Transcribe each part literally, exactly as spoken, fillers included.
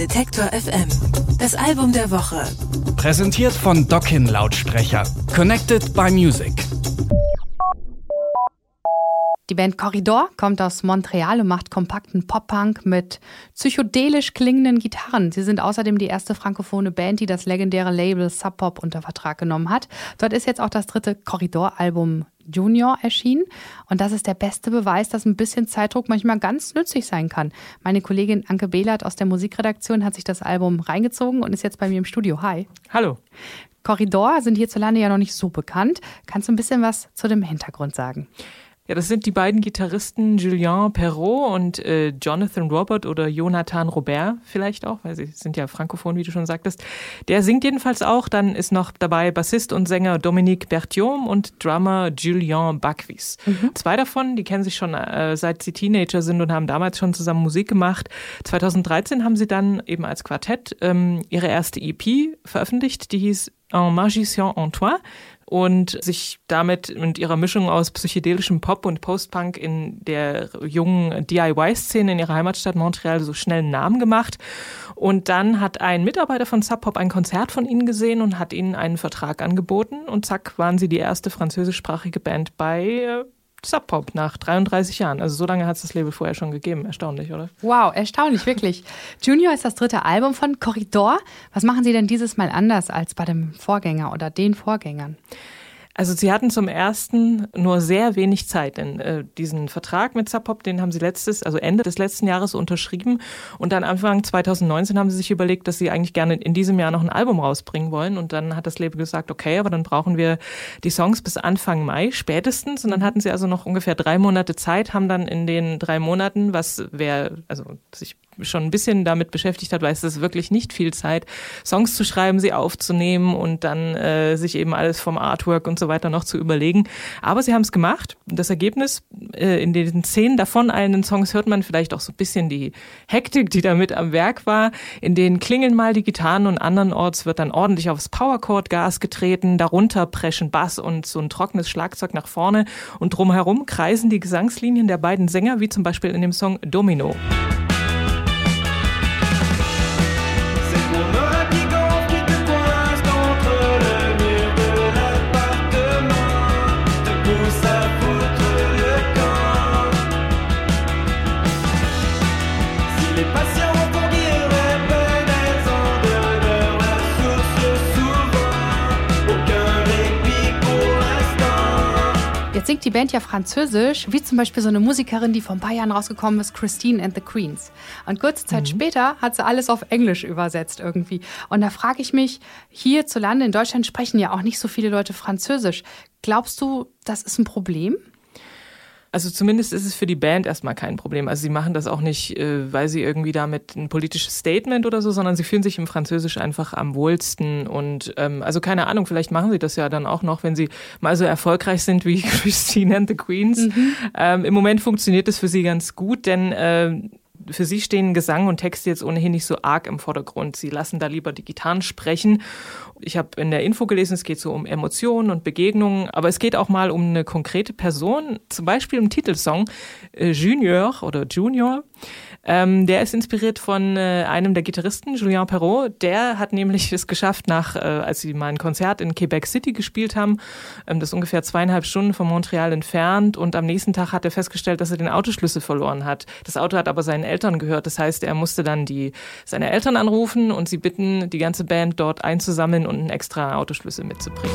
Detektor F M. Das Album der Woche. Präsentiert von Dockin Lautsprecher. Connected by Music. Die Band Corridor kommt aus Montreal und macht kompakten Pop-Punk mit psychedelisch klingenden Gitarren. Sie sind außerdem die erste frankophone Band, die das legendäre Label Sub Pop unter Vertrag genommen hat. Dort ist jetzt auch das dritte Corridor-Album Junior erschienen. Und das ist der beste Beweis, dass ein bisschen Zeitdruck manchmal ganz nützlich sein kann. Meine Kollegin Anke Behlert aus der Musikredaktion hat sich das Album reingezogen und ist jetzt bei mir im Studio. Hi. Hallo. Corridor sind hierzulande ja noch nicht so bekannt. Kannst du ein bisschen was zu dem Hintergrund sagen? Ja, das sind die beiden Gitarristen Julien Perrault und äh, Jonathan Robert oder Jonathan Robert vielleicht auch, weil sie sind ja frankophon, wie du schon sagtest. Der singt jedenfalls auch. Dann ist noch dabei Bassist und Sänger Dominique Berthiaume und Drummer Julien Bacquis. Mhm. Zwei davon, die kennen sich schon äh, seit sie Teenager sind und haben damals schon zusammen Musik gemacht. zweitausenddreizehn haben sie dann eben als Quartett ähm, ihre erste E P veröffentlicht, die hieß Un Magicien en Toi. Und sich damit mit ihrer Mischung aus psychedelischem Pop und Post-Punk in der jungen D I Y-Szene in ihrer Heimatstadt Montreal so schnell einen Namen gemacht. Und dann hat ein Mitarbeiter von Sub Pop ein Konzert von ihnen gesehen und hat ihnen einen Vertrag angeboten. Und zack, waren sie die erste französischsprachige Band bei äh, Sub Pop nach dreiunddreißig Jahren. Also so lange hat es das Label vorher schon gegeben. Erstaunlich, oder? Wow, erstaunlich, wirklich. Junior ist das dritte Album von Corridor. Was machen Sie denn dieses Mal anders als bei dem Vorgänger oder den Vorgängern? Also sie hatten zum ersten nur sehr wenig Zeit, denn äh, diesen Vertrag mit Sub Pop, den haben sie letztes, also Ende des letzten Jahres unterschrieben und dann Anfang zweitausendneunzehn haben sie sich überlegt, dass sie eigentlich gerne in diesem Jahr noch ein Album rausbringen wollen und dann hat das Label gesagt, okay, aber dann brauchen wir die Songs bis Anfang Mai spätestens und dann hatten sie also noch ungefähr drei Monate Zeit, haben dann in den drei Monaten, was wer also sich schon ein bisschen damit beschäftigt hat, weiß, es ist wirklich nicht viel Zeit, Songs zu schreiben, sie aufzunehmen und dann äh, sich eben alles vom Artwork und so weiter noch zu überlegen. Aber sie haben es gemacht. Das Ergebnis, äh, in den zehn davon einen Songs hört man vielleicht auch so ein bisschen die Hektik, die da mit am Werk war. In denen klingeln mal die Gitarren und andernorts wird dann ordentlich aufs Powerchord-Gas getreten, darunter preschen Bass und so ein trockenes Schlagzeug nach vorne und drumherum kreisen die Gesangslinien der beiden Sänger, wie zum Beispiel in dem Song Domino. Jetzt singt die Band ja Französisch, wie zum Beispiel so eine Musikerin, die vor ein paar Jahren rausgekommen ist, Christine and the Queens. Und kurze Zeit mhm. später hat sie alles auf Englisch übersetzt irgendwie. Und da frage ich mich, hierzulande in Deutschland sprechen ja auch nicht so viele Leute Französisch. Glaubst du, das ist ein Problem? Also zumindest ist es für die Band erstmal kein Problem. Also sie machen das auch nicht, weil sie irgendwie damit ein politisches Statement oder so, sondern sie fühlen sich im Französisch einfach am wohlsten. Und ähm, also keine Ahnung, vielleicht machen sie das ja dann auch noch, wenn sie mal so erfolgreich sind wie Christine and the Queens. Mhm. Ähm, im Moment funktioniert das für sie ganz gut, denn äh, für sie stehen Gesang und Texte jetzt ohnehin nicht so arg im Vordergrund. Sie lassen da lieber die Gitarren sprechen. Ich habe in der Info gelesen, es geht so um Emotionen und Begegnungen, aber es geht auch mal um eine konkrete Person, zum Beispiel im Titelsong äh, Junior oder Junior. Ähm, der ist inspiriert von äh, einem der Gitarristen, Julien Perrault. Der hat nämlich es geschafft, nach, äh, als sie mal ein Konzert in Quebec City gespielt haben, ähm, das ist ungefähr zweieinhalb Stunden von Montreal entfernt und am nächsten Tag hat er festgestellt, dass er den Autoschlüssel verloren hat. Das Auto hat aber seinen Eltern gehört, das heißt, er musste dann die seine Eltern anrufen und sie bitten, die ganze Band dort einzusammeln und einen extra Autoschlüssel mitzubringen.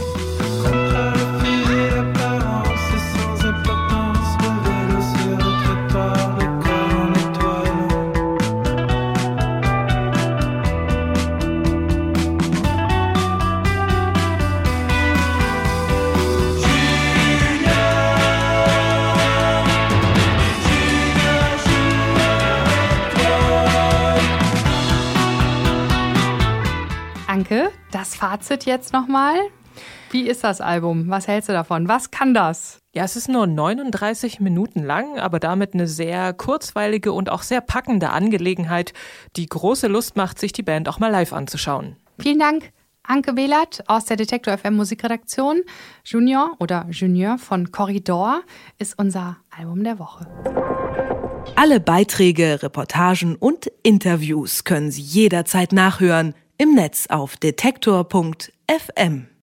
Anke, das Fazit jetzt nochmal. Wie ist das Album? Was hältst du davon? Was kann das? Ja, es ist nur neununddreißig Minuten lang, aber damit eine sehr kurzweilige und auch sehr packende Angelegenheit, die große Lust macht, sich die Band auch mal live anzuschauen. Vielen Dank, Anke Behlert aus der Detektor F M Musikredaktion. Junior oder Junior von Corridor ist unser Album der Woche. Alle Beiträge, Reportagen und Interviews können Sie jederzeit nachhören im Netz auf detektor punkt f m.